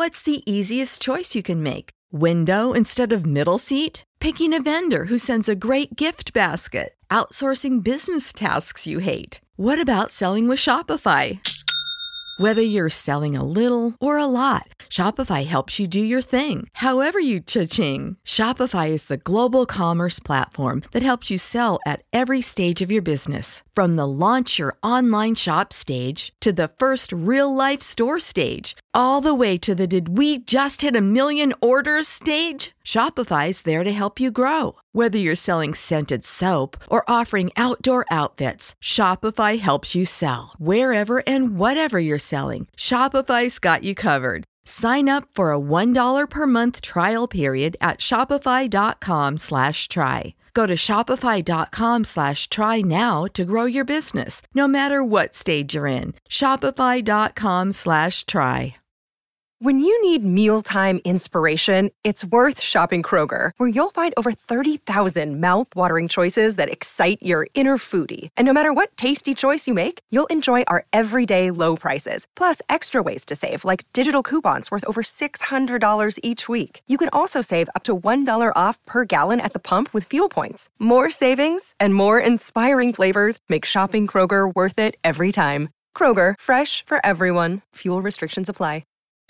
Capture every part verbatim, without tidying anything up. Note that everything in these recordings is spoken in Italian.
What's the easiest choice you can make? Window instead of middle seat? Picking a vendor who sends a great gift basket? Outsourcing business tasks you hate? What about selling with Shopify? Whether you're selling a little or a lot, Shopify helps you do your thing, however you cha-ching. Shopify is the global commerce platform that helps you sell at every stage of your business. From the launch your online shop stage to the first real-life store stage, all the way to the did we just hit a million orders stage. Shopify's there to help you grow. Whether you're selling scented soap or offering outdoor outfits, Shopify helps you sell. Wherever and whatever you're selling, Shopify's got you covered. Sign up for a one dollar per month trial period at shopify.com slash try. Go to shopify.com slash try now to grow your business, no matter what stage you're in. Shopify.com slash try. When you need mealtime inspiration, it's worth shopping Kroger, where you'll find over thirty thousand mouth-watering choices that excite your inner foodie. And no matter what tasty choice you make, you'll enjoy our everyday low prices, plus extra ways to save, like digital coupons worth over six hundred dollars each week. You can also save up to one dollar off per gallon at the pump with fuel points. More savings and more inspiring flavors make shopping Kroger worth it every time. Kroger, fresh for everyone. Fuel restrictions apply.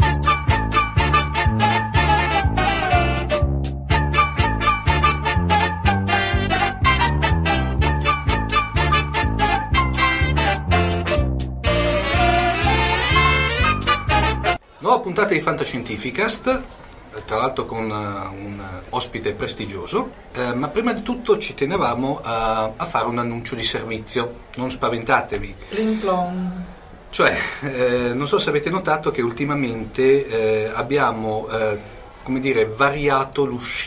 Nuova puntata di Fantascientificast, tra l'altro con uh, un ospite prestigioso, eh, ma prima di tutto ci tenevamo a, a fare un annuncio di servizio, non spaventatevi. Pling plong. Cioè, eh, non so se avete notato che ultimamente eh, abbiamo, eh, come dire, variato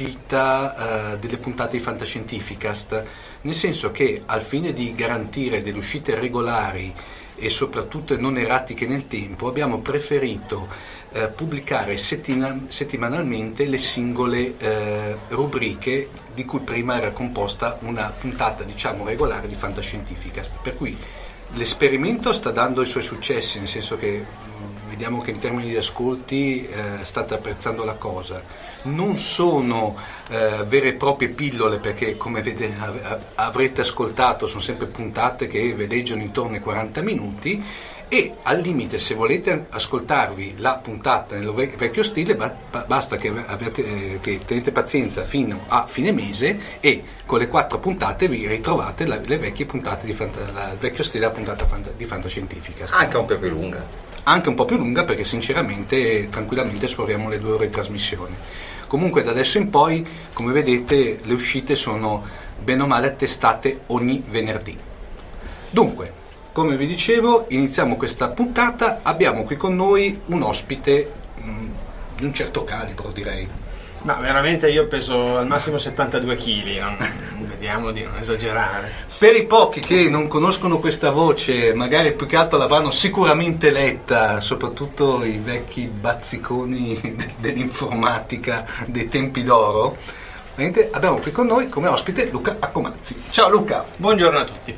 l'uscita eh, delle puntate di Fantascientificast, nel senso che al fine di garantire delle uscite regolari e soprattutto non erratiche nel tempo, abbiamo preferito eh, pubblicare settina- settimanalmente le singole eh, rubriche di cui prima era composta una puntata, diciamo, regolare di Fantascientificast. Per cui l'esperimento sta dando i suoi successi, nel senso che mh, vediamo che in termini di ascolti eh, state apprezzando la cosa. Non sono eh, vere e proprie pillole, perché come vede, av- avrete ascoltato sono sempre puntate che vedeggiano intorno ai quaranta minuti, e al limite, se volete ascoltarvi la puntata nel vec- vecchio stile, ba- basta che, avete, eh, che tenete pazienza fino a fine mese e con le quattro puntate vi ritrovate la- le vecchie puntate di fanta- la- il vecchio stile, la puntata fanta- di Fantascientificast. Anche un po' più lunga. Anche un po' più lunga, perché sinceramente tranquillamente sforiamo le due ore di trasmissione. Comunque da adesso in poi, come vedete, le uscite sono bene o male attestate ogni venerdì. Dunque, come vi dicevo, iniziamo questa puntata. Abbiamo qui con noi un ospite mh, di un certo calibro, direi. Ma veramente io peso al massimo settantadue chili, non, vediamo di non esagerare. Per i pochi che non conoscono questa voce, magari più che altro l'avranno sicuramente letta, soprattutto i vecchi bazziconi dell'informatica dei tempi d'oro. Abbiamo qui con noi come ospite Luca Accomazzi. Ciao Luca. Buongiorno a tutti.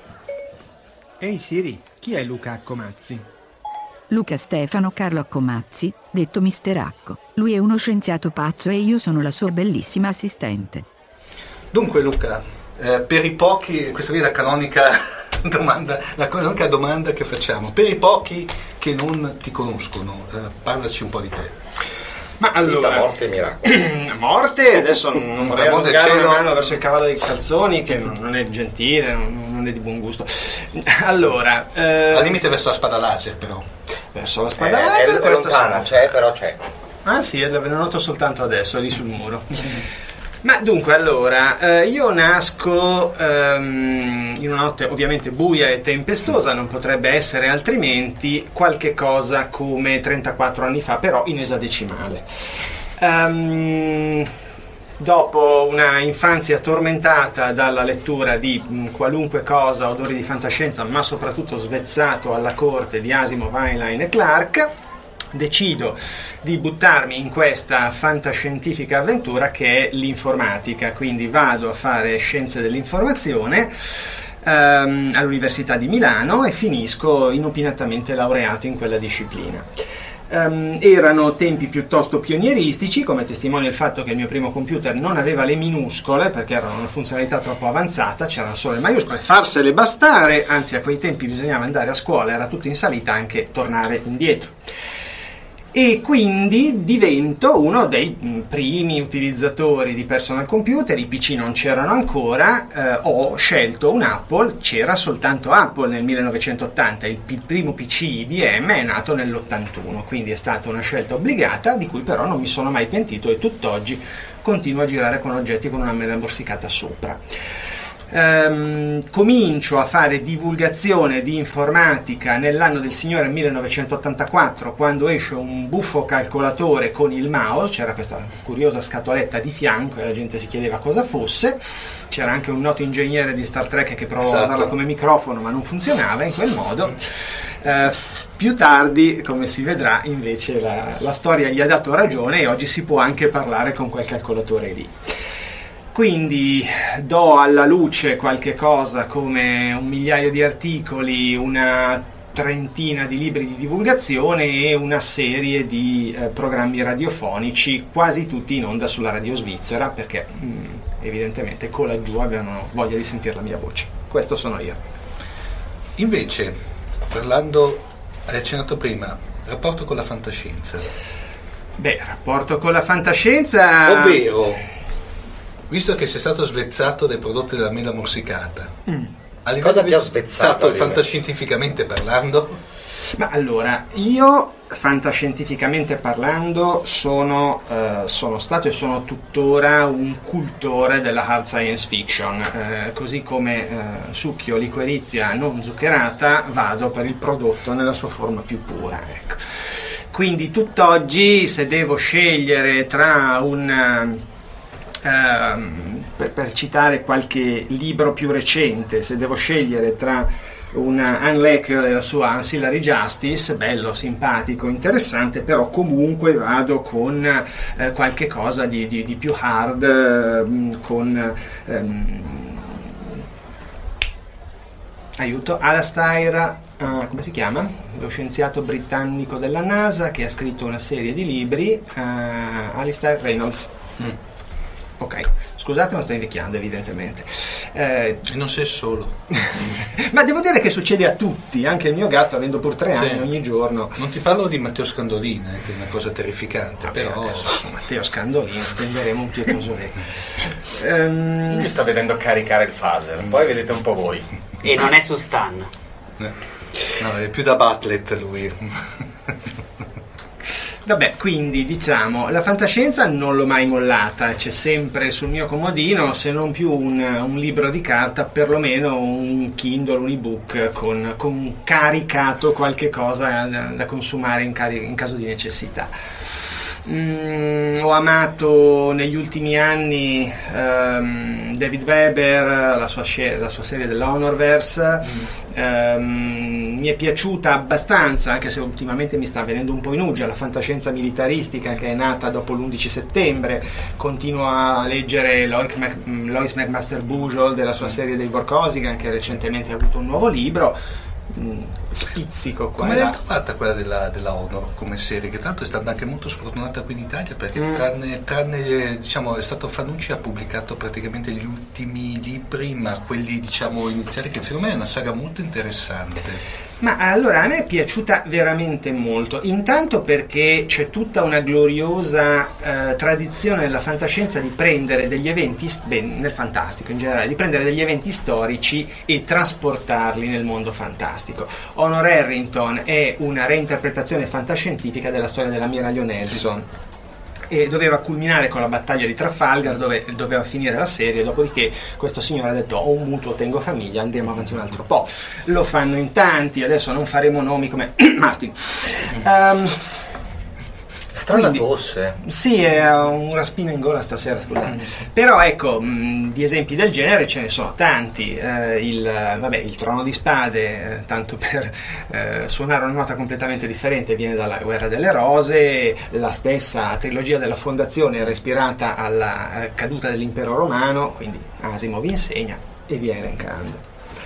Ehi Siri, chi è Luca Accomazzi? Luca Stefano Carlo Accomazzi, detto mister Acco. Lui è uno scienziato pazzo e io sono la sua bellissima assistente. Dunque Luca, eh, per i pochi, questa qui è la canonica domanda, la canonica domanda che facciamo. Per i pochi che non ti conoscono, eh, parlaci un po' di te. Ma allora, vita, morte e miracolo. Morte, adesso non vorrei Amore allungare cielo. la mano verso il cavallo dei calzoni, che non è gentile, non non è di buon gusto. Allora, eh, Al limite verso la spada laser, però. verso la Eh, spada è, laser, è questo lontana, sì. c'è, però c'è. Ah sì, l'ho noto soltanto adesso, è lì sul muro. Ma dunque, allora, eh, io nasco ehm, in una notte ovviamente buia e tempestosa, non potrebbe essere altrimenti, qualche cosa come trentaquattro anni fa, però in esadecimale. Um, dopo una infanzia tormentata dalla lettura di mh, qualunque cosa, odori di fantascienza, ma soprattutto svezzato alla corte di Asimov, Heinlein e Clarke, decido di buttarmi in questa fantascientifica avventura che è l'informatica. Quindi vado a fare scienze dell'informazione ehm, all'Università di Milano e finisco inopinatamente laureato in quella disciplina. Um, erano tempi piuttosto pionieristici, come testimonia il fatto che il mio primo computer non aveva le minuscole perché era una funzionalità troppo avanzata, c'erano solo le maiuscole, farsele bastare, anzi a quei tempi bisognava andare a scuola, era tutto in salita, anche tornare indietro. E quindi divento uno dei primi utilizzatori di personal computer, i P C non c'erano ancora, eh, ho scelto un Apple, c'era soltanto Apple nel millenovecentottanta, il p- primo P C I B M è nato nell'ottantuno, quindi è stata una scelta obbligata di cui però non mi sono mai pentito e tutt'oggi continuo a girare con oggetti con una mela morsicata sopra. Um, comincio a fare divulgazione di informatica nell'anno del Signore millenovecentottantaquattro, quando esce un buffo calcolatore con il mouse, c'era questa curiosa scatoletta di fianco e la gente si chiedeva cosa fosse, c'era anche un noto ingegnere di Star Trek che provò esatto. a darla come microfono ma non funzionava in quel modo. Uh, più tardi, come si vedrà, invece la, la storia gli ha dato ragione e oggi si può anche parlare con quel calcolatore lì. Quindi do alla luce qualche cosa come un migliaio di articoli, una trentina di libri di divulgazione e una serie di eh, programmi radiofonici, quasi tutti in onda sulla radio svizzera, perché mh, evidentemente con laggiù avevano voglia di sentire la mia voce. Questo sono io. Invece, parlando, hai accennato prima, rapporto con la fantascienza. Beh, rapporto con la fantascienza... Ovvero... Visto che sei stato svezzato dai prodotti della mela morsicata, mm. cosa ti ha svezzato fantascientificamente parlando? Ma allora, io fantascientificamente parlando sono, eh, sono stato e sono tuttora un cultore della hard science fiction, eh, così come eh, succhio liquirizia non zuccherata, vado per il prodotto nella sua forma più pura, ecco. Quindi tutt'oggi, se devo scegliere tra un... Uh, per, per citare qualche libro più recente, se devo scegliere tra una Anne Lecter e la sua Ancillary Justice, bello, simpatico, interessante, però comunque vado con uh, qualche cosa di, di, di più hard, uh, con um, aiuto, Alastair, uh, come si chiama? Lo scienziato britannico della NASA che ha scritto una serie di libri, uh, Alastair Reynolds. Mm. Ok, scusate ma sto invecchiando evidentemente. Eh, e non sei solo. Ma devo dire che succede a tutti, anche il mio gatto avendo pur tre anni sì. ogni giorno. Non ti parlo di Matteo Scandolin, eh, che è una cosa terrificante, Vabbè, però... Adesso, Matteo Scandolin, stenderemo un pietoso vecchio. um... Io sto vedendo caricare il phaser, poi vedete un po' voi. E non è su Stan. Eh. No, è più da Batlet lui. Vabbè, quindi diciamo, la fantascienza non l'ho mai mollata, c'è sempre sul mio comodino, se non più un, un libro di carta, perlomeno un Kindle, un ebook con, con caricato qualche cosa da, da consumare in, cari- in caso di necessità. Mm, ho amato negli ultimi anni um, David Weber, la sua, sc- la sua serie dell'Honorverse. mm. um, mi è piaciuta abbastanza, anche se ultimamente mi sta venendo un po' in uggia, la fantascienza militaristica che è nata dopo l'undici settembre. Continuo a leggere Lois, Mac- Lois McMaster Bujold della sua serie dei Vorkosigan, che recentemente ha avuto un nuovo libro. Mm, spizzico qua. Come l'hai trovata quella della, della Honor come serie, che tanto è stata anche molto sfortunata qui in Italia, perché mm. tranne, tranne diciamo è stato Fanucci ha pubblicato praticamente gli ultimi libri, ma quelli diciamo iniziali, che secondo me è una saga molto interessante. Ma allora a me è piaciuta veramente molto, intanto perché c'è tutta una gloriosa eh, tradizione nella fantascienza di prendere degli eventi, beh, nel fantastico in generale, di prendere degli eventi storici e trasportarli nel mondo fantastico. Honor Harrington è una reinterpretazione fantascientifica della storia dell'ammiraglio Nelson. E doveva culminare con la battaglia di Trafalgar, dove doveva finire la serie, dopodiché questo signore ha detto ho un mutuo, tengo famiglia, andiamo avanti un altro po'. Lo fanno in tanti, adesso non faremo nomi come Martin. Um, Strana tosse. Sì, è un raspino in gola stasera, scusate. Però ecco, mh, di esempi del genere ce ne sono tanti. Eh, il, vabbè, il Trono di Spade, eh, tanto per eh, suonare una nota completamente differente, viene dalla Guerra delle Rose. La stessa trilogia della Fondazione era ispirata alla caduta dell'Impero Romano, quindi Asimov insegna e via elencando.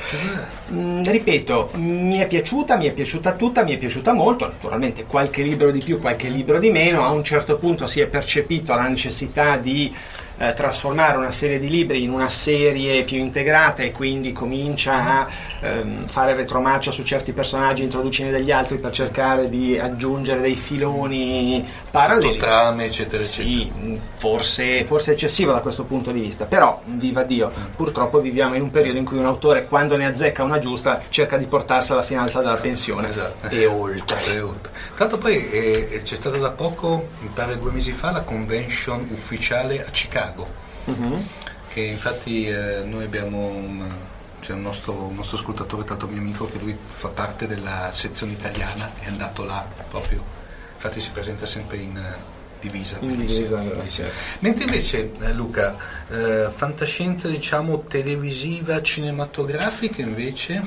Mm, ripeto, mi è piaciuta, mi è piaciuta tutta, mi è piaciuta molto, naturalmente qualche libro di più, qualche libro di meno, a un certo punto si è percepito la necessità di eh, trasformare una serie di libri in una serie più integrata e quindi comincia a ehm, fare retromarcia su certi personaggi, introducine degli altri per cercare di aggiungere dei filoni paralleli. Trame, eccetera, sì, eccetera. Forse, forse eccessivo da questo punto di vista, però viva Dio, purtroppo viviamo in un periodo in cui un autore, quando ne azzecca una giusta, cerca di portarsela fino all'alta della pensione, esatto. e oltre. E oltre. Tanto poi eh, c'è stata da poco, mi pare due mesi fa, la convention ufficiale a Chicago, uh-huh. che infatti eh, noi abbiamo un, c'è un nostro, un nostro ascoltatore, tanto mio amico, che lui fa parte della sezione italiana, è andato là proprio, infatti si presenta sempre in divisa, in divisa, divisa. Mentre invece eh, Luca, eh, fantascienza diciamo televisiva, cinematografica invece?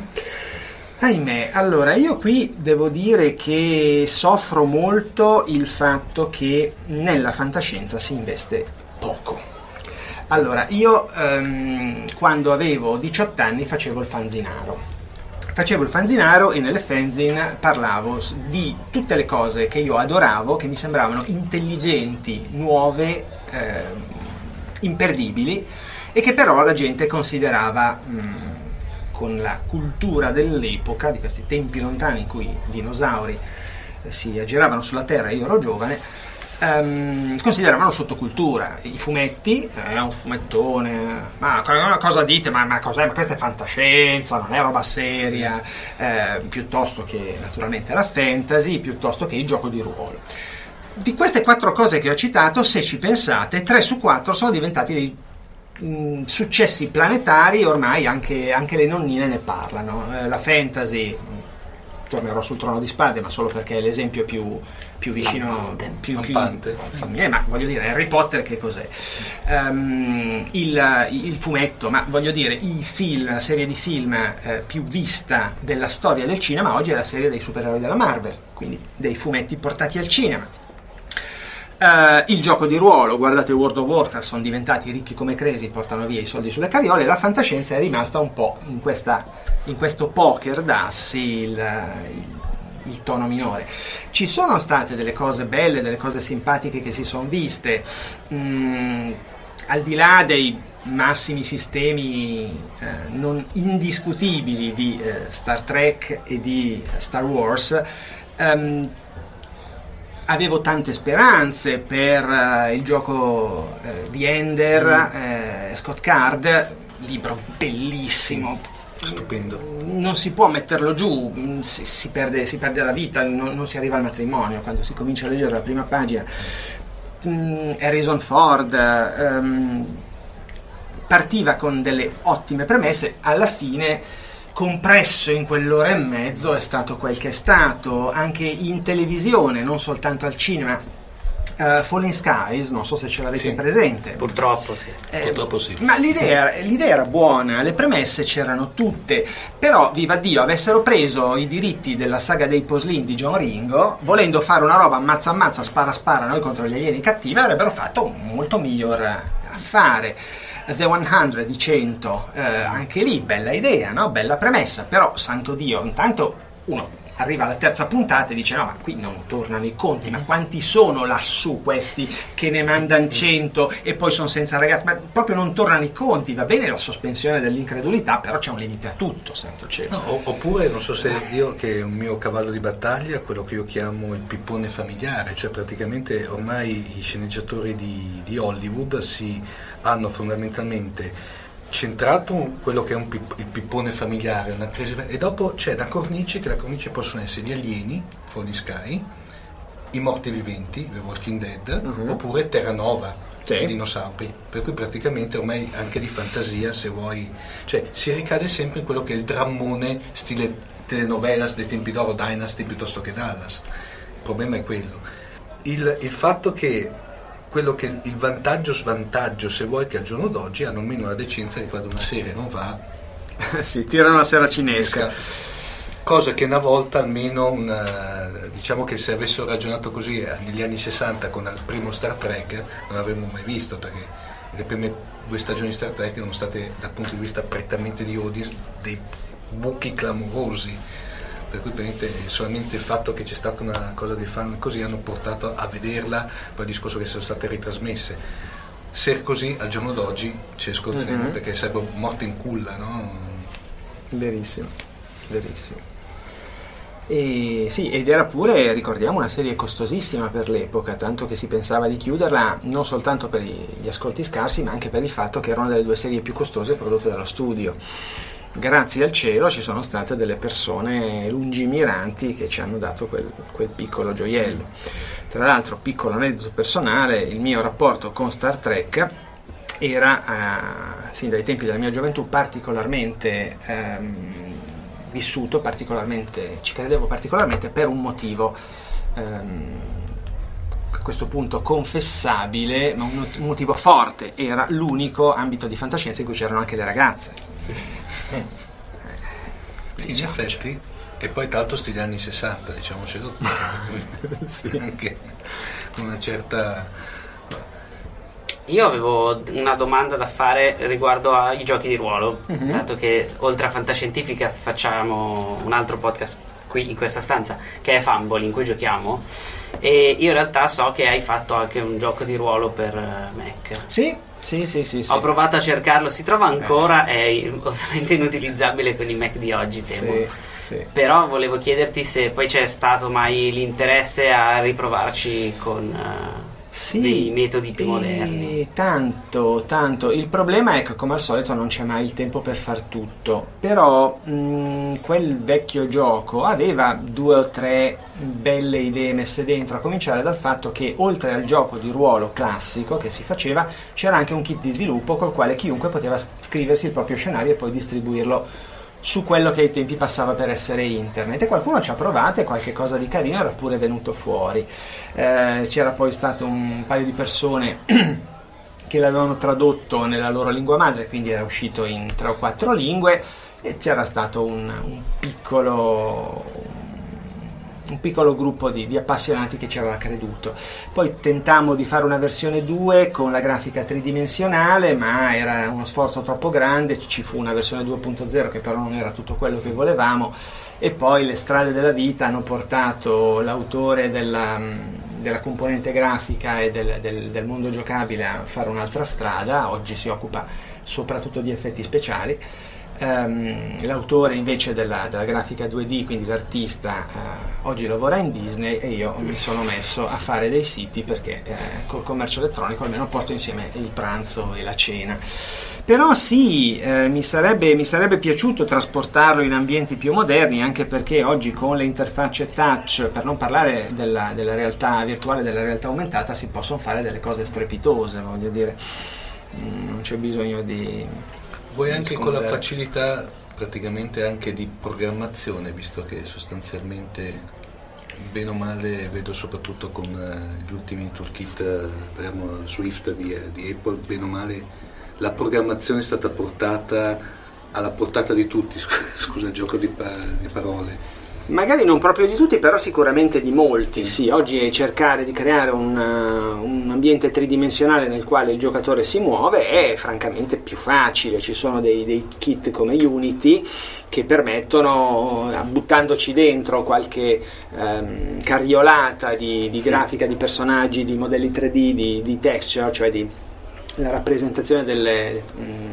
Ahimè, allora io qui devo dire che soffro molto il fatto che nella fantascienza si investe poco. Allora, io ehm, quando avevo diciotto anni facevo il fanzinaro. Facevo il fanzinaro e nelle fanzine parlavo di tutte le cose che io adoravo, che mi sembravano intelligenti, nuove, eh, imperdibili, e che però la gente considerava, mh, con la cultura dell'epoca, di questi tempi lontani in cui i dinosauri eh, si aggiravano sulla Terra e io ero giovane, Um, consideravano sottocultura. I fumetti, è eh, un fumettone, ma cosa dite? Ma, ma cos'è? Ma questa è fantascienza, non è roba seria, eh, piuttosto che naturalmente la fantasy, piuttosto che il gioco di ruolo. Di queste quattro cose che ho citato, se ci pensate, tre su quattro sono diventati dei mh, successi planetari, ormai anche, anche le nonnine ne parlano. Eh, la fantasy, tornerò sul Trono di Spade, ma solo perché è l'esempio più, più vicino, più, più, eh, ma voglio dire, Harry Potter che cos'è? Um, il, il fumetto, ma voglio dire, i film, la serie di film eh, più vista della storia del cinema oggi è la serie dei supereroi della Marvel, quindi dei fumetti portati al cinema. Uh, il gioco di ruolo, guardate World of Warcraft, sono diventati ricchi come cresi, portano via i soldi sulle carriole. La fantascienza è rimasta un po' in, questa, in questo poker d'assi, il, il, il tono minore. Ci sono state delle cose belle, delle cose simpatiche che si sono viste, mm, al di là dei massimi sistemi eh, non indiscutibili di eh, Star Trek e di Star Wars. um, Avevo tante speranze per uh, il gioco uh, di Ender, mm. uh, Scott Card, libro bellissimo, stupendo. Non si può metterlo giù, si, si, perde, si perde la vita, non, non si arriva al matrimonio quando si comincia a leggere la prima pagina. Mm, Harrison Ford um, partiva con delle ottime premesse, alla fine compresso in quell'ora e mezzo è stato quel che è stato, anche in televisione, non soltanto al cinema. uh, Falling Skies, non so se ce l'avete sì. presente. Purtroppo sì. Eh, Purtroppo sì. Ma l'idea, l'idea era buona, le premesse c'erano tutte, però viva Dio, avessero preso i diritti della saga dei Poslin di John Ringo, volendo fare una roba ammazza ammazza, spara spara, noi contro gli alieni cattivi, avrebbero fatto un molto miglior affare. The cento di cento, eh, anche lì bella idea, no? Bella premessa, però santo Dio, intanto uno arriva alla terza puntata e dice no, ma qui non tornano i conti, ma quanti sono lassù questi che ne mandano cento e poi sono senza ragazzi, ma proprio non tornano i conti. Va bene la sospensione dell'incredulità, però c'è un limite a tutto, santo cielo. No, oppure non so se io, che è un mio cavallo di battaglia, quello che io chiamo il pippone familiare, cioè praticamente ormai i sceneggiatori di, di Hollywood si hanno fondamentalmente centrato quello che è un pip- il pippone familiare, una crisi, e dopo c'è la cornice, che la cornice possono essere gli alieni, Falling Sky, i morti viventi, The Walking Dead, uh-huh. oppure Terra Nova, sì. i dinosauri, per cui praticamente ormai anche di fantasia, se vuoi, cioè si ricade sempre in quello che è il drammone stile telenovelas dei tempi d'oro, Dynasty piuttosto che Dallas. Il problema è quello, il, il fatto che quello che il vantaggio svantaggio, se vuoi, che al giorno d'oggi hanno almeno la decenza di quando una serie non va si tirano la sera cinesca, cosa che una volta almeno una, diciamo che se avessero ragionato così negli anni sessanta con il primo Star Trek non l'avremmo mai visto, perché le prime due stagioni di Star Trek erano state dal punto di vista prettamente di audience dei buchi clamorosi, per cui solamente il fatto che c'è stata una cosa dei fan così hanno portato a vederla, poi il discorso che sono state ritrasmesse. Se così al giorno d'oggi ci ascolteremo, mm-hmm. perché sarebbe morto in culla, no? Verissimo, verissimo. E sì, ed era pure, ricordiamo, una serie costosissima per l'epoca, tanto che si pensava di chiuderla non soltanto per gli ascolti scarsi, ma anche per il fatto che era una delle due serie più costose prodotte dallo studio. Grazie al cielo ci sono state delle persone lungimiranti che ci hanno dato quel, quel piccolo gioiello. Tra l'altro, piccolo aneddoto personale, il mio rapporto con Star Trek era, eh, sin dai tempi della mia gioventù, particolarmente ehm, vissuto, particolarmente, ci credevo particolarmente per un motivo ehm, a questo punto confessabile, ma un, un motivo forte. Era l'unico ambito di fantascienza in cui c'erano anche le ragazze. Sì, in effetti. E poi tra l'altro sti gli anni sessanta, diciamocelo, sì. Anche una certa... Io avevo una domanda da fare riguardo ai giochi di ruolo, mm-hmm. dato che oltre a Fantascientificast facciamo un altro podcast qui in questa stanza che è Fumble, in cui giochiamo, e io in realtà so che hai fatto anche un gioco di ruolo per Mac. Sì, sì, sì, sì, sì. Ho provato a cercarlo, si trova ancora, eh. è ovviamente inutilizzabile con i Mac di oggi, temo. Sì, sì. Però volevo chiederti se poi c'è stato mai l'interesse a riprovarci con... Uh, Sì, dei metodi più moderni. Tanto, tanto. Il problema è che come al solito non c'è mai il tempo per far tutto. Però mh, quel vecchio gioco aveva due o tre belle idee messe dentro, a cominciare dal fatto che oltre al gioco di ruolo classico che si faceva, c'era anche un kit di sviluppo col quale chiunque poteva scriversi il proprio scenario e poi distribuirlo su quello che ai tempi passava per essere internet, e qualcuno ci ha provato e qualche cosa di carino era pure venuto fuori. Eh, c'era poi stato un paio di persone che l'avevano tradotto nella loro lingua madre, quindi era uscito in tre o quattro lingue, e c'era stato un, un piccolo un piccolo gruppo di, di appassionati che ci aveva creduto. Poi tentammo di fare una versione due con la grafica tridimensionale, ma era uno sforzo troppo grande, ci fu una versione due punto zero che però non era tutto quello che volevamo, e poi le strade della vita hanno portato l'autore della, della componente grafica e del, del, del mondo giocabile a fare un'altra strada. Oggi si occupa soprattutto di effetti speciali. Um, l'autore invece della, della grafica due D, quindi l'artista, uh, oggi lavora in Disney, e io mi sono messo a fare dei siti perché eh, col commercio elettronico almeno porto insieme il pranzo e la cena. Però sì, eh, mi, sarebbe, mi sarebbe piaciuto trasportarlo in ambienti più moderni, anche perché oggi con le interfacce touch, per non parlare della, della realtà virtuale, della realtà aumentata, si possono fare delle cose strepitose, voglio dire, mm, non c'è bisogno di... Vuoi anche con la facilità praticamente anche di programmazione, visto che sostanzialmente bene o male vedo soprattutto con uh, gli ultimi toolkit uh, Swift di, uh, di Apple, bene o male la programmazione è stata portata alla portata di tutti, scusa il gioco di, pa- di parole. Magari non proprio di tutti, però sicuramente di molti. Sì, oggi cercare di creare un, uh, un ambiente tridimensionale nel quale il giocatore si muove è francamente più facile. Ci sono dei, dei kit come Unity che permettono, buttandoci dentro qualche um, carriolata di, di grafica di personaggi, di modelli tre D, di, di texture, cioè di la rappresentazione delle,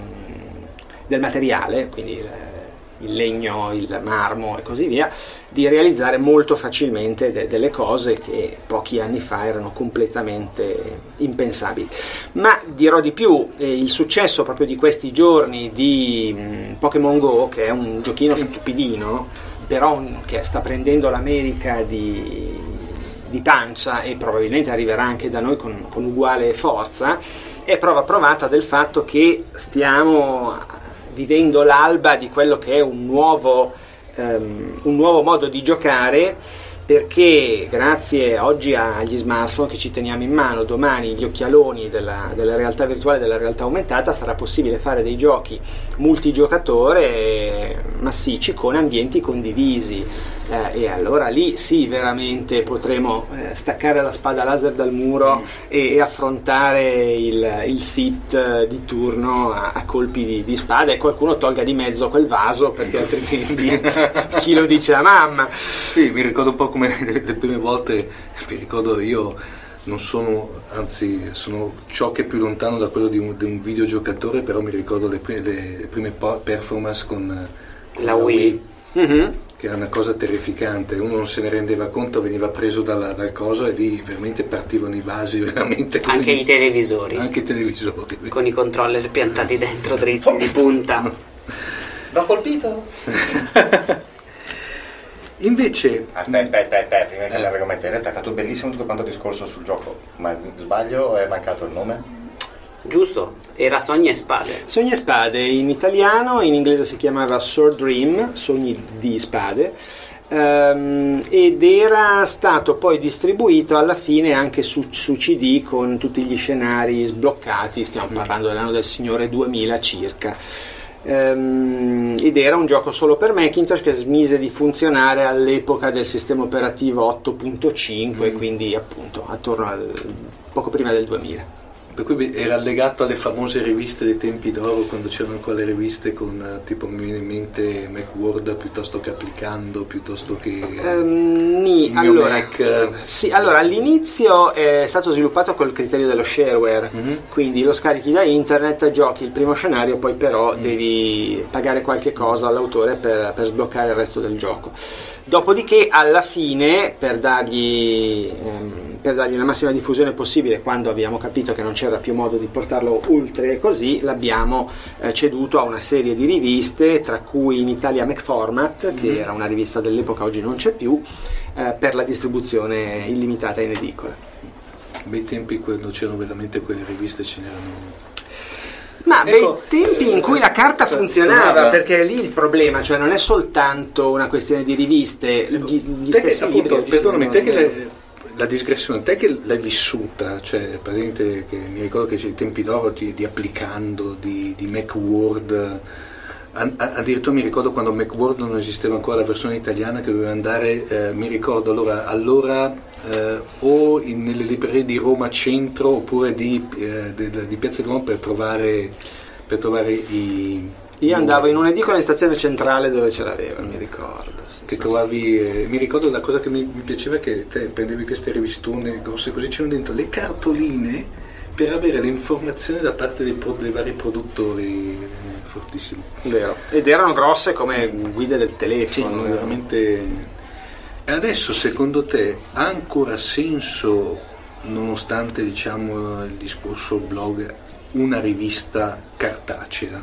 um, del materiale, quindi il legno, il marmo e così via, di realizzare molto facilmente de- delle cose che pochi anni fa erano completamente impensabili. Ma dirò di più, eh, il successo proprio di questi giorni di mh, Pokémon Go, che è un giochino stupidino, però un, che sta prendendo l'America di, di pancia e probabilmente arriverà anche da noi con, con uguale forza, è prova provata del fatto che stiamo vivendo l'alba di quello che è un nuovo, um, un nuovo modo di giocare, perché grazie oggi agli smartphone che ci teniamo in mano, domani gli occhialoni della, della realtà virtuale, della realtà aumentata, sarà possibile fare dei giochi multigiocatore massicci con ambienti condivisi. eh, e allora lì sì, veramente potremo eh, staccare la spada laser dal muro e, e affrontare il, il Sith di turno a, a colpi di, di spada, e qualcuno tolga di mezzo quel vaso, perché altrimenti chi lo dice la mamma. Sì, mi ricordo un po' come le, le prime volte, mi ricordo io non sono, anzi sono ciò che è più lontano da quello di un, di un videogiocatore, però mi ricordo le, pre, le, le prime performance con, con la, la Wii, Wii. Mm-hmm. Che era una cosa terrificante, uno non se ne rendeva conto, veniva preso dalla, dal coso e lì veramente partivano i vasi, veramente anche quelli, i televisori, anche i televisori con i controller piantati dentro dritti di punta. L'ho colpito? Invece aspetta aspetta aspetta, aspetta prima che eh. l'argomento, in realtà è stato bellissimo tutto quanto discorso sul gioco, ma sbaglio o è mancato il nome? Giusto, era Sogni e Spade. Sogni e Spade in italiano, in inglese si chiamava Sword Dream, Sogni di Spade, ehm, ed era stato poi distribuito alla fine anche su, su C D con tutti gli scenari sbloccati, stiamo parlando dell'anno del Signore duemila circa. Um, ed era un gioco solo per Macintosh che smise di funzionare all'epoca del sistema operativo otto punto cinque, mm. quindi appunto attorno al poco prima del duemila. Per cui era legato alle famose riviste dei tempi d'oro, quando c'erano quelle riviste con tipo, mi viene in mente Macworld piuttosto che Applicando, piuttosto che um, ni, il mio allora, Mac. Sì, allora all'inizio è stato sviluppato col criterio dello shareware, mm-hmm. quindi lo scarichi da internet, giochi il primo scenario, poi però mm. devi pagare qualche cosa all'autore per, per sbloccare il resto del gioco. Dopodiché alla fine, per dargli, ehm, per dargli la massima diffusione possibile, quando abbiamo capito che non c'era più modo di portarlo oltre così, l'abbiamo eh, ceduto a una serie di riviste, tra cui in Italia MacFormat, mm-hmm. che era una rivista dell'epoca, oggi non c'è più, eh, per la distribuzione illimitata in edicola. Bei tempi quando c'erano veramente quelle riviste, ce n'erano... Ma ecco, bei tempi in cui la carta funzionava, funzionava, perché lì il problema, cioè non è soltanto una questione di riviste, gli, gli te stessi che, appunto, libri, perdonami, te che le, la digressione, te che l'hai vissuta, cioè praticamente che mi ricordo che c'è i tempi d'oro di, di Applicando, di, di Macworld, addirittura mi ricordo quando Macworld non esisteva ancora la versione italiana, che doveva andare, eh, mi ricordo allora, allora eh, o in, nelle librerie di Roma Centro oppure di, eh, di, di Piazza di Roma per trovare, per trovare i... Io andavo in un'edicola in stazione centrale dove ce l'aveva, mi ricordo. Sì, che sì, trovavi, sì. Eh, mi ricordo la cosa che mi, mi piaceva è che te prendevi queste rivistone grosse così, c'erano dentro le cartoline per avere le informazioni da parte dei, pro, dei vari produttori, fortissimo. Vero. Ed erano grosse come guide del telefono. Sì, veramente. E adesso secondo te ha ancora senso, nonostante diciamo il discorso blog, una rivista cartacea?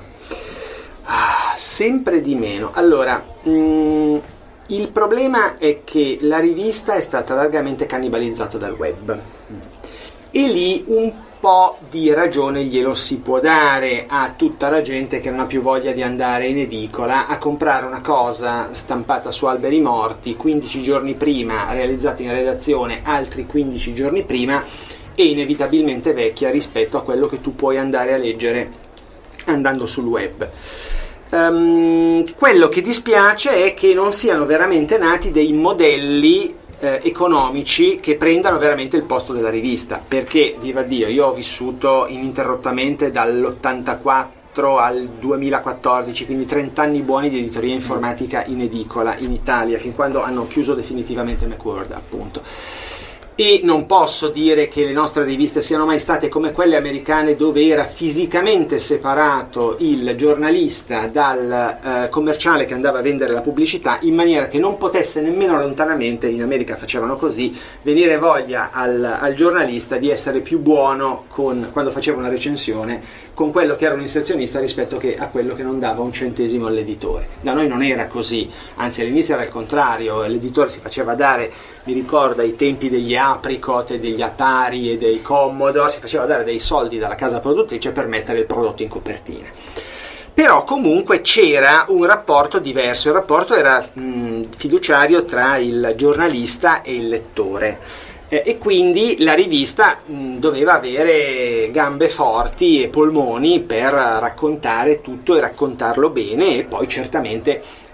Ah, sempre di meno. Allora, mh, il problema è che la rivista è stata largamente cannibalizzata dal web. E lì un po' di ragione glielo si può dare a tutta la gente che non ha più voglia di andare in edicola a comprare una cosa stampata su alberi morti quindici giorni prima, realizzata in redazione altri quindici giorni prima e inevitabilmente vecchia rispetto a quello che tu puoi andare a leggere andando sul web. Um, quello che dispiace è che non siano veramente nati dei modelli Eh, economici che prendano veramente il posto della rivista, perché viva Dio, io ho vissuto ininterrottamente dall'ottantaquattro al duemilaquattordici, quindi trenta anni buoni di editoria informatica in edicola in Italia, fin quando hanno chiuso definitivamente Macworld, appunto. E non posso dire che le nostre riviste siano mai state come quelle americane, dove era fisicamente separato il giornalista dal eh, commerciale che andava a vendere la pubblicità, in maniera che non potesse nemmeno lontanamente, in America facevano così, venire voglia al, al giornalista di essere più buono con, quando faceva una recensione con quello che era un inserzionista rispetto che a quello che non dava un centesimo all'editore. Da noi non era così, anzi all'inizio era il contrario, l'editore si faceva dare, mi ricordo ai tempi degli Apricot e degli Atari e dei Commodore, si faceva dare dei soldi dalla casa produttrice per mettere il prodotto in copertina. Però comunque c'era un rapporto diverso, il rapporto era mh, fiduciario tra il giornalista e il lettore. Eh, e quindi la rivista mh, doveva avere gambe forti e polmoni per raccontare tutto e raccontarlo bene, e poi certamente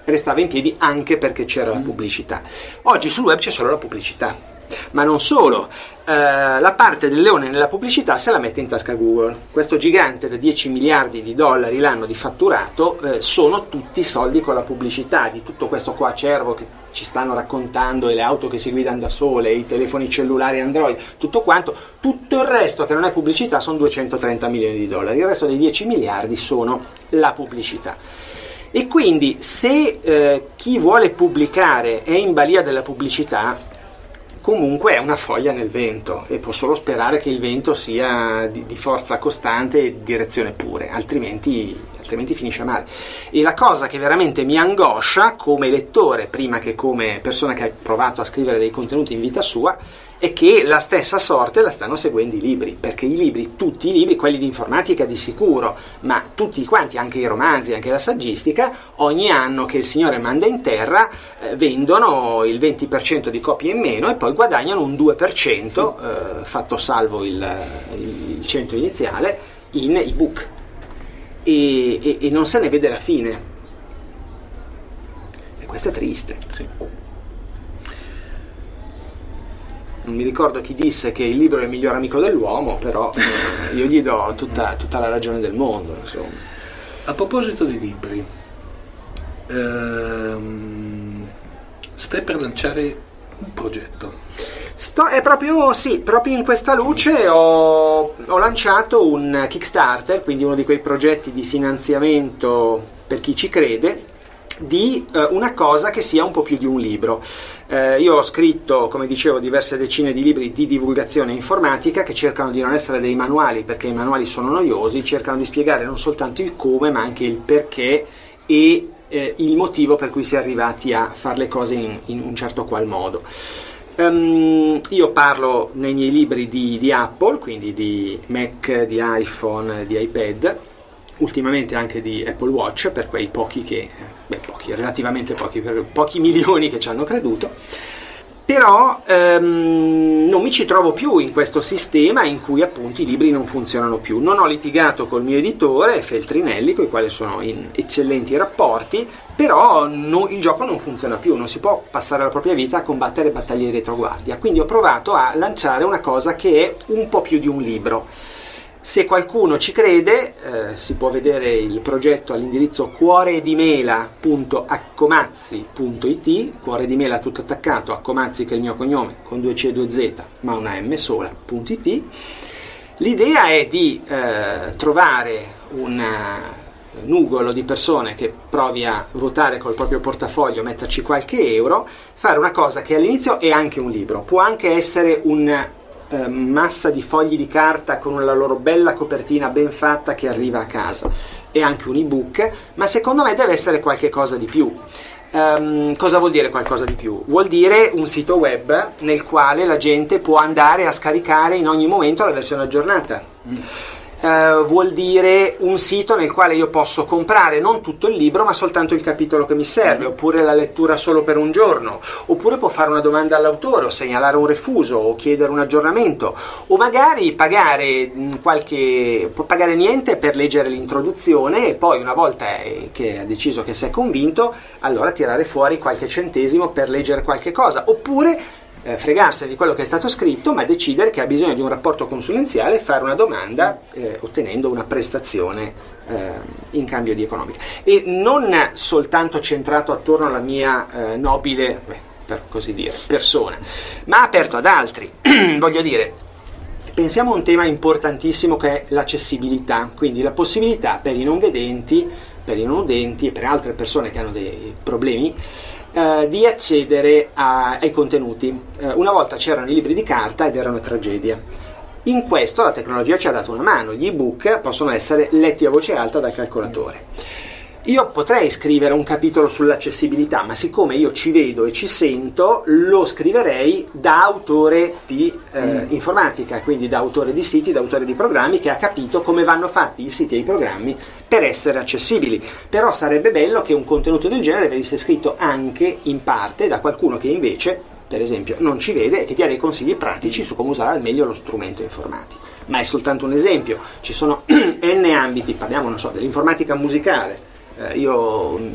restava in piedi anche perché c'era la pubblicità. Oggi sul web c'è solo la pubblicità. Ma non solo, eh, la parte del leone nella pubblicità se la mette in tasca Google. Questo gigante da dieci miliardi di dollari l'anno di fatturato, eh, sono tutti soldi con la pubblicità, di tutto questo qua acervo che ci stanno raccontando, e le auto che si guidano da sole, i telefoni cellulari Android, tutto quanto. Tutto il resto che non è pubblicità sono duecentotrenta milioni di dollari, il resto dei dieci miliardi sono la pubblicità. E quindi se eh, chi vuole pubblicare è in balia della pubblicità, comunque è una foglia nel vento, e può solo sperare che il vento sia di, di forza costante e direzione pure, altrimenti, altrimenti finisce male. E la cosa che veramente mi angoscia come lettore, prima che come persona che ha provato a scrivere dei contenuti in vita sua, è che la stessa sorte la stanno seguendo i libri, perché i libri, tutti i libri, quelli di informatica di sicuro, ma tutti quanti, anche i romanzi, anche la saggistica, ogni anno che il Signore manda in terra eh, vendono il venti per cento di copie in meno e poi guadagnano un due per cento, eh, fatto salvo il, il cento iniziale, in ebook. E, e, e non se ne vede la fine. E questo è triste. Sì. Non mi ricordo chi disse che il libro è il miglior amico dell'uomo, però eh, io gli do tutta, tutta la ragione del mondo, insomma. A proposito di libri, ehm, stai per lanciare un progetto. Sto, è proprio, sì, proprio in questa luce ho, ho lanciato un Kickstarter, quindi uno di quei progetti di finanziamento per chi ci crede, di eh, una cosa che sia un po' più di un libro. Eh, io ho scritto, come dicevo, diverse decine di libri di divulgazione informatica che cercano di non essere dei manuali, perché i manuali sono noiosi, cercano di spiegare non soltanto il come, ma anche il perché e eh, il motivo per cui si è arrivati a fare le cose in, in un certo qual modo. Um, io parlo nei miei libri di, di Apple, quindi di Mac, di iPhone, di iPad, ultimamente anche di Apple Watch, per quei pochi che, beh pochi, relativamente pochi, per pochi milioni che ci hanno creduto. Però ehm, non mi ci trovo più in questo sistema in cui appunto i libri non funzionano più. Non ho litigato col mio editore Feltrinelli, con il quale sono in eccellenti rapporti, però non, il gioco non funziona più, non si può passare la propria vita a combattere battaglie di retroguardia. Quindi ho provato a lanciare una cosa che è un po' più di un libro. Se qualcuno ci crede, eh, si può vedere il progetto all'indirizzo cuoredimela punto accomazzi punto it, cuore di mela tutto attaccato, Accomazzi che è il mio cognome, con due C e due Z, ma una M sola, .it. L'idea è di eh, trovare un nugolo di persone che provi a votare col proprio portafoglio, metterci qualche euro, fare una cosa che all'inizio è anche un libro, può anche essere un massa di fogli di carta con la loro bella copertina ben fatta che arriva a casa, e anche un ebook, ma secondo me deve essere qualche cosa di più. Um, cosa vuol dire qualcosa di più? Vuol dire un sito web nel quale la gente può andare a scaricare in ogni momento la versione aggiornata. Mm. Uh, vuol dire un sito nel quale io posso comprare non tutto il libro ma soltanto il capitolo che mi serve, oppure la lettura solo per un giorno, oppure può fare una domanda all'autore o segnalare un refuso o chiedere un aggiornamento, o magari pagare qualche può pagare niente per leggere l'introduzione e poi una volta che ha deciso che si è convinto, allora tirare fuori qualche centesimo per leggere qualche cosa, oppure Eh, fregarsene di quello che è stato scritto, ma decidere che ha bisogno di un rapporto consulenziale e fare una domanda eh, ottenendo una prestazione eh, in cambio di economica, e non soltanto centrato attorno alla mia eh, nobile, beh, per così dire, persona, ma aperto ad altri. Voglio dire, pensiamo a un tema importantissimo che è l'accessibilità, quindi la possibilità per i non vedenti, per i non udenti e per altre persone che hanno dei problemi Uh, di accedere a, ai contenuti. Uh, una volta c'erano i libri di carta ed era una tragedia. In questo la tecnologia ci ha dato una mano, gli ebook possono essere letti a voce alta dal calcolatore. Io potrei scrivere un capitolo sull'accessibilità, ma siccome io ci vedo e ci sento, lo scriverei da autore di eh, mm. informatica, quindi da autore di siti, da autore di programmi che ha capito come vanno fatti i siti e i programmi per essere accessibili. Però sarebbe bello che un contenuto del genere venisse scritto anche in parte da qualcuno che invece, per esempio, non ci vede e che ti ha dei consigli pratici su come usare al meglio lo strumento informatico. Ma è soltanto un esempio, ci sono n ambiti, parliamo, non so, dell'informatica musicale. Io mh,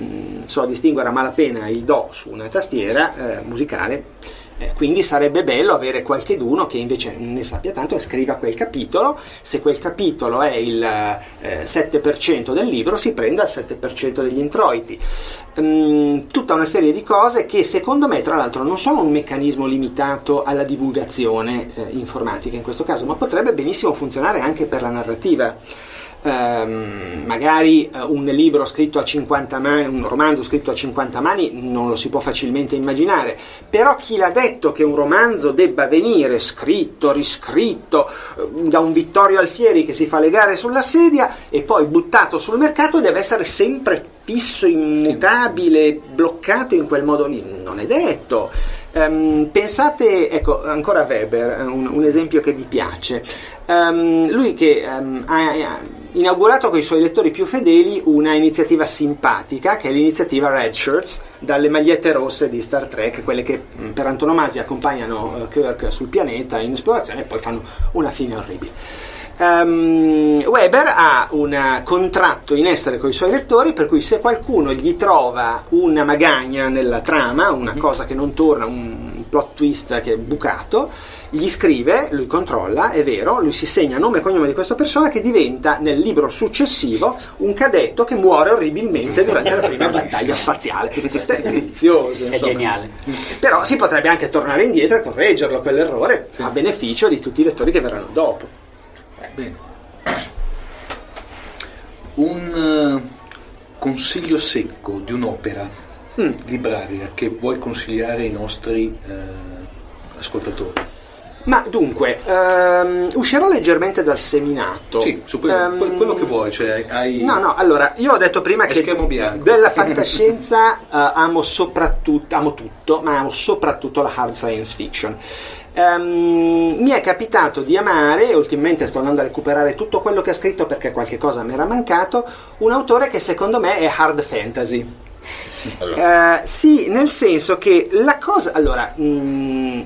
so distinguere a malapena il do su una tastiera eh, musicale, eh, quindi sarebbe bello avere qualcheduno che invece ne sappia tanto e scriva quel capitolo. Se quel capitolo è il eh, sette per cento del libro, si prenda il sette per cento degli introiti. Um, tutta una serie di cose che secondo me tra l'altro non sono un meccanismo limitato alla divulgazione eh, informatica in questo caso, ma potrebbe benissimo funzionare anche per la narrativa. Um, magari uh, un libro scritto a cinquanta mani, un romanzo scritto a cinquanta mani non lo si può facilmente immaginare, però chi l'ha detto che un romanzo debba venire scritto, riscritto uh, da un Vittorio Alfieri che si fa legare sulla sedia e poi buttato sul mercato deve essere sempre fisso, immutabile, bloccato in quel modo lì? Non è detto. Um, pensate, ecco, ancora Weber, un, un esempio che vi piace. Um, lui che um, ha, ha inaugurato con i suoi lettori più fedeli una iniziativa simpatica, che è l'iniziativa Red Shirts, dalle magliette rosse di Star Trek, quelle che per antonomasia accompagnano uh, Kirk sul pianeta in esplorazione e poi fanno una fine orribile. Um, Weber ha un contratto in essere con i suoi lettori per cui se qualcuno gli trova una magagna nella trama, una cosa che non torna, un plot twist che è bucato, gli scrive, lui controlla, è vero, lui si segna nome e cognome di questa persona che diventa nel libro successivo un cadetto che muore orribilmente durante la prima battaglia spaziale. Questo è delizioso, è insomma. Geniale. Però si potrebbe anche tornare indietro e correggerlo quell'errore, sì, a beneficio di tutti i lettori che verranno dopo. Bene. Un uh, consiglio secco di un'opera mm. libraria che vuoi consigliare ai nostri uh, ascoltatori? Ma dunque, um, uscirò leggermente dal seminato. Sì, su quello, um, quello che vuoi, cioè hai... No, no, allora, io ho detto prima che bianco. della fantascienza uh, amo soprattutto, amo tutto, ma amo soprattutto la hard science fiction. Um, mi è capitato di amare, e ultimamente sto andando a recuperare tutto quello che ha scritto perché qualche cosa mi era mancato, un autore che secondo me è hard fantasy. Allora. Uh, sì, nel senso che la cosa... Allora... Mm,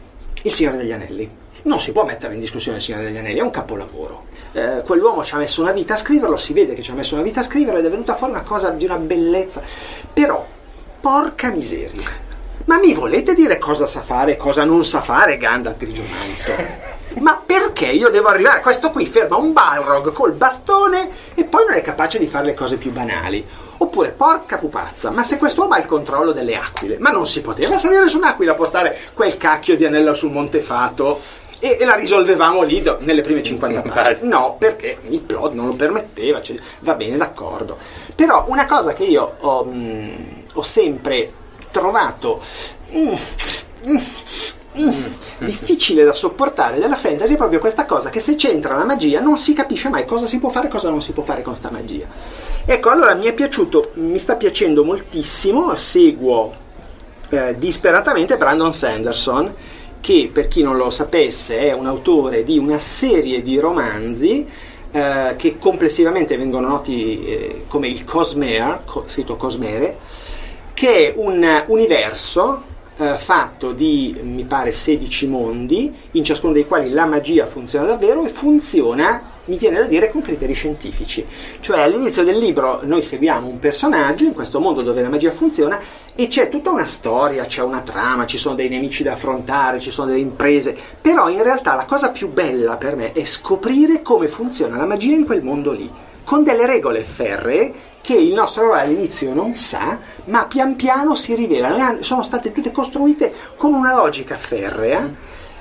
Il Signore degli Anelli. Non si può mettere in discussione Il Signore degli Anelli, è un capolavoro. Eh, quell'uomo ci ha messo una vita a scriverlo, si vede che ci ha messo una vita a scriverlo ed è venuta fuori una cosa di una bellezza. Però, porca miseria, ma mi volete dire cosa sa fare e cosa non sa fare Gandalf Grigiomanto? Ma perché io devo arrivare? Questo qui ferma un Balrog col bastone e poi non è capace di fare le cose più banali. Oppure, porca pupazza, ma se quest'uomo ha il controllo delle aquile, ma non si poteva salire su un'aquila a portare quel cacchio di anello sul Montefato e, e la risolvevamo lì do, nelle prime cinquanta pagine? No, perché il plot non lo permetteva, cioè, va bene, d'accordo. Però una cosa che io ho, mh, ho sempre trovato mh, mh, mh, difficile da sopportare della fantasy è proprio questa cosa che se c'entra la magia non si capisce mai cosa si può fare e cosa non si può fare con sta magia. Ecco, allora mi è piaciuto, mi sta piacendo moltissimo, seguo eh, disperatamente Brandon Sanderson, che per chi non lo sapesse è un autore di una serie di romanzi eh, che complessivamente vengono noti eh, come il Cosmere, co- scritto Cosmere, che è un universo Uh, fatto di, mi pare, sedici mondi, in ciascuno dei quali la magia funziona davvero e funziona, mi viene da dire, con criteri scientifici. Cioè all'inizio del libro noi seguiamo un personaggio in questo mondo dove la magia funziona e c'è tutta una storia, c'è una trama, ci sono dei nemici da affrontare, ci sono delle imprese, però in realtà la cosa più bella per me è scoprire come funziona la magia in quel mondo lì, con delle regole ferree che il nostro eroe all'inizio non sa, ma pian piano si rivelano. Sono state tutte costruite con una logica ferrea,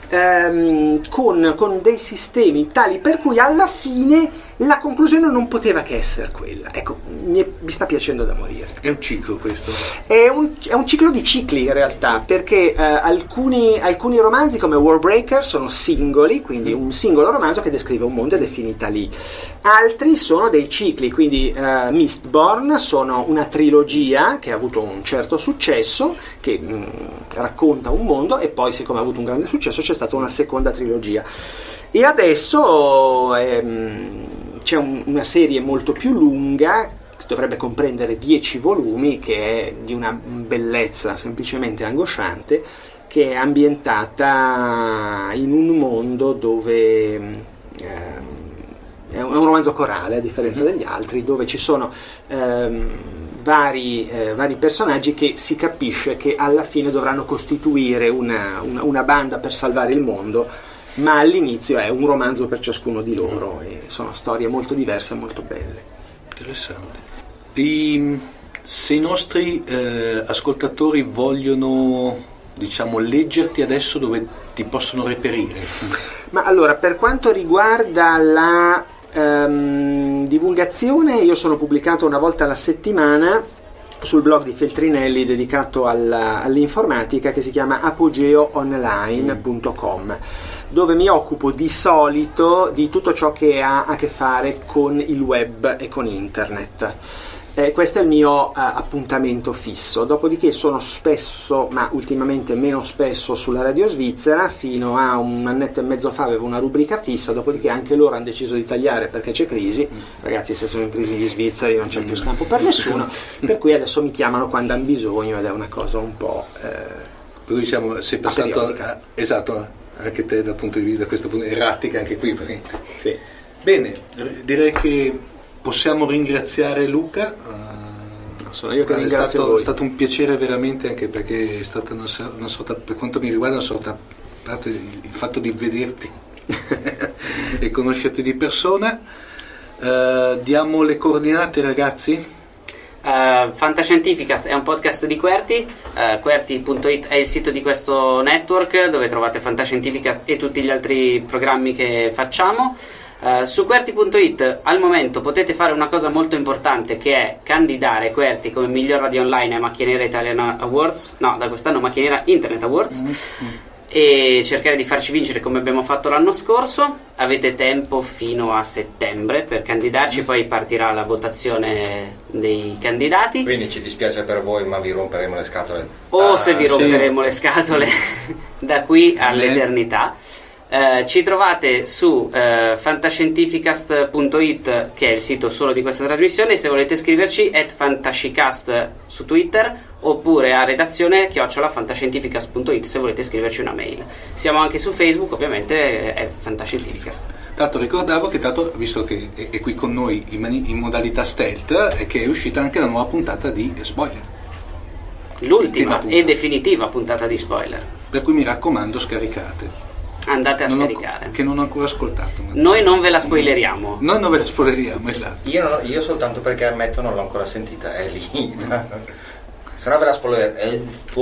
ehm, con, con dei sistemi tali per cui alla fine la conclusione non poteva che essere quella. Ecco, mi, è, mi sta piacendo da morire. È un ciclo questo? È un, è un ciclo di cicli in realtà, perché eh, alcuni, alcuni romanzi come Warbreaker sono singoli, quindi un singolo romanzo che descrive un mondo ed è finita lì. Altri sono dei cicli, quindi eh, Mistborn sono una trilogia che ha avuto un certo successo, che mh, racconta un mondo, e poi siccome ha avuto un grande successo c'è stata una seconda trilogia. E adesso ehm, c'è un, una serie molto più lunga, che dovrebbe comprendere dieci volumi, che è di una bellezza semplicemente angosciante, che è ambientata in un mondo dove ehm, è un romanzo corale a differenza degli altri, dove ci sono ehm, vari, eh, vari personaggi che si capisce che alla fine dovranno costituire una, una, una banda per salvare il mondo, ma all'inizio è un romanzo per ciascuno di loro e sono storie molto diverse e molto belle. Interessante. I, se i nostri eh, ascoltatori vogliono, diciamo, leggerti adesso, dove ti possono reperire? Ma allora, per quanto riguarda la um, divulgazione, io sono pubblicato una volta alla settimana sul blog di Feltrinelli dedicato alla, all'informatica, che si chiama apogeo online punto com, dove mi occupo di solito di tutto ciò che ha a che fare con il web e con internet. Eh, questo è il mio uh, appuntamento fisso, dopodiché sono spesso, ma ultimamente meno spesso, sulla Radio Svizzera. Fino a un annetto e mezzo fa avevo una rubrica fissa, dopodiché anche loro hanno deciso di tagliare perché c'è crisi. Ragazzi, se sono in crisi gli svizzeri non c'è più scampo per nessuno, per cui adesso mi chiamano quando hanno bisogno ed è una cosa un po' eh, per cui diciamo sei passato a, esatto, anche te dal punto di vista, da questo punto erratica anche qui. Sì. Bene, direi che possiamo ringraziare Luca. Uh, sono io che è ringrazio stato, voi. È stato un piacere veramente, anche perché è stata una, una sorta, per quanto mi riguarda, una sorta, a parte il fatto di vederti e conoscerti di persona. Uh, diamo le coordinate, ragazzi. Uh, Fantascientificast è un podcast di Qwerty. uh, Qwerty punto it è il sito di questo network, dove trovate Fantascientificast e tutti gli altri programmi che facciamo. Uh, su Qwerty punto it al momento potete fare una cosa molto importante, che è candidare Qwerty come miglior radio online ai Macchia Nera Italian Awards, no, da quest'anno Macchia Nera Internet Awards, mm-hmm. e cercare di farci vincere come abbiamo fatto l'anno scorso. Avete tempo fino a settembre per candidarci, poi partirà la votazione dei candidati. Quindi ci dispiace per voi, ma vi romperemo le scatole. O ah, se vi romperemo sì. le scatole da qui all'eternità. Uh, ci trovate su uh, fantascientificast punto it, che è il sito solo di questa trasmissione. Se volete scriverci, at fantascicast su Twitter, oppure a redazione chiocciola fantascientificast punto it se volete scriverci una mail. Siamo anche su Facebook, ovviamente è Fantascientificast. Tanto ricordavo che, tanto, visto che è, è qui con noi in, mani- in modalità stealth, è che è uscita anche la nuova puntata di Spoiler, l'ultima e definitiva puntata di Spoiler, per cui mi raccomando, scaricate. Andate a non scaricare. Ho, che non ho ancora ascoltato. Ma noi non ve la spoileriamo. Noi non ve la spoileriamo, esatto. Io, non, io soltanto perché ammetto non l'ho ancora sentita, è lì. Se no ve la spoilererei.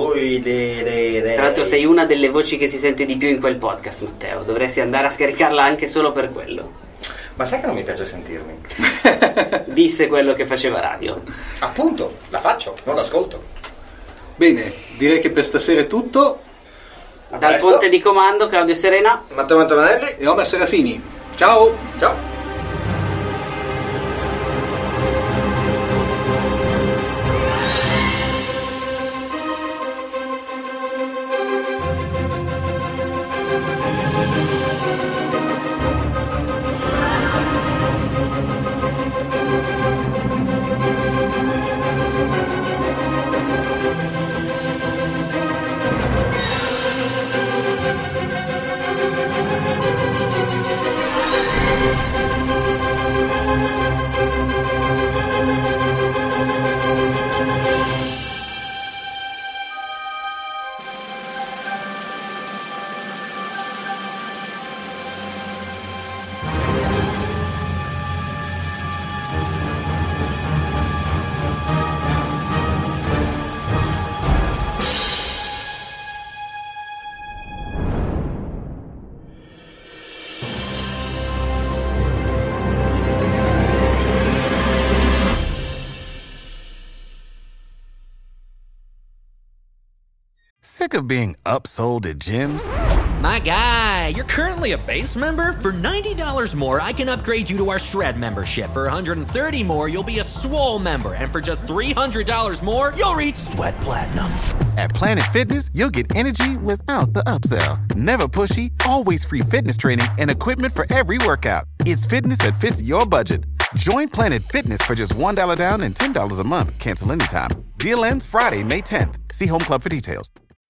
Tra l'altro sei una delle voci che si sente di più in quel podcast, Matteo. Dovresti andare a scaricarla anche solo per quello. Ma sai che non mi piace sentirmi? Disse quello che faceva radio. Appunto, la faccio, non l'ascolto. Bene, direi che per stasera è tutto. A Dal presto. ponte di comando, Claudio Serena, Matteo Mantomanelli e Omer Serafini. Ciao! Ciao! Sick of being upsold at gyms? My guy, you're currently a base member? For ninety dollars more, I can upgrade you to our Shred membership. For one hundred thirty dollars more, you'll be a Swole member. And for just three hundred dollars more, you'll reach Sweat Platinum. At Planet Fitness, you'll get energy without the upsell. Never pushy, always free fitness training and equipment for every workout. It's fitness that fits your budget. Join Planet Fitness for just one dollar down and ten dollars a month. Cancel anytime. Deal ends Friday, May tenth. See Home Club for details.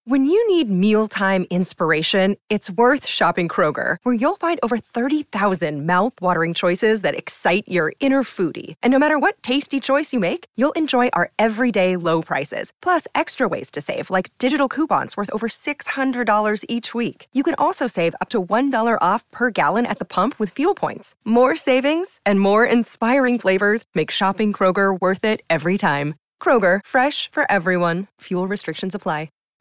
When you need mealtime inspiration, it's worth shopping Kroger, where you'll find over thirty thousand mouth-watering choices that excite your inner foodie. And no matter what tasty choice you make, you'll enjoy our everyday low prices, plus extra ways to save, like digital coupons worth over six hundred dollars each week. You can also save up to one dollar off per gallon at the pump with fuel points. More savings and more inspiring flavors make shopping Kroger worth it every time. Kroger, fresh for everyone. Fuel restrictions apply.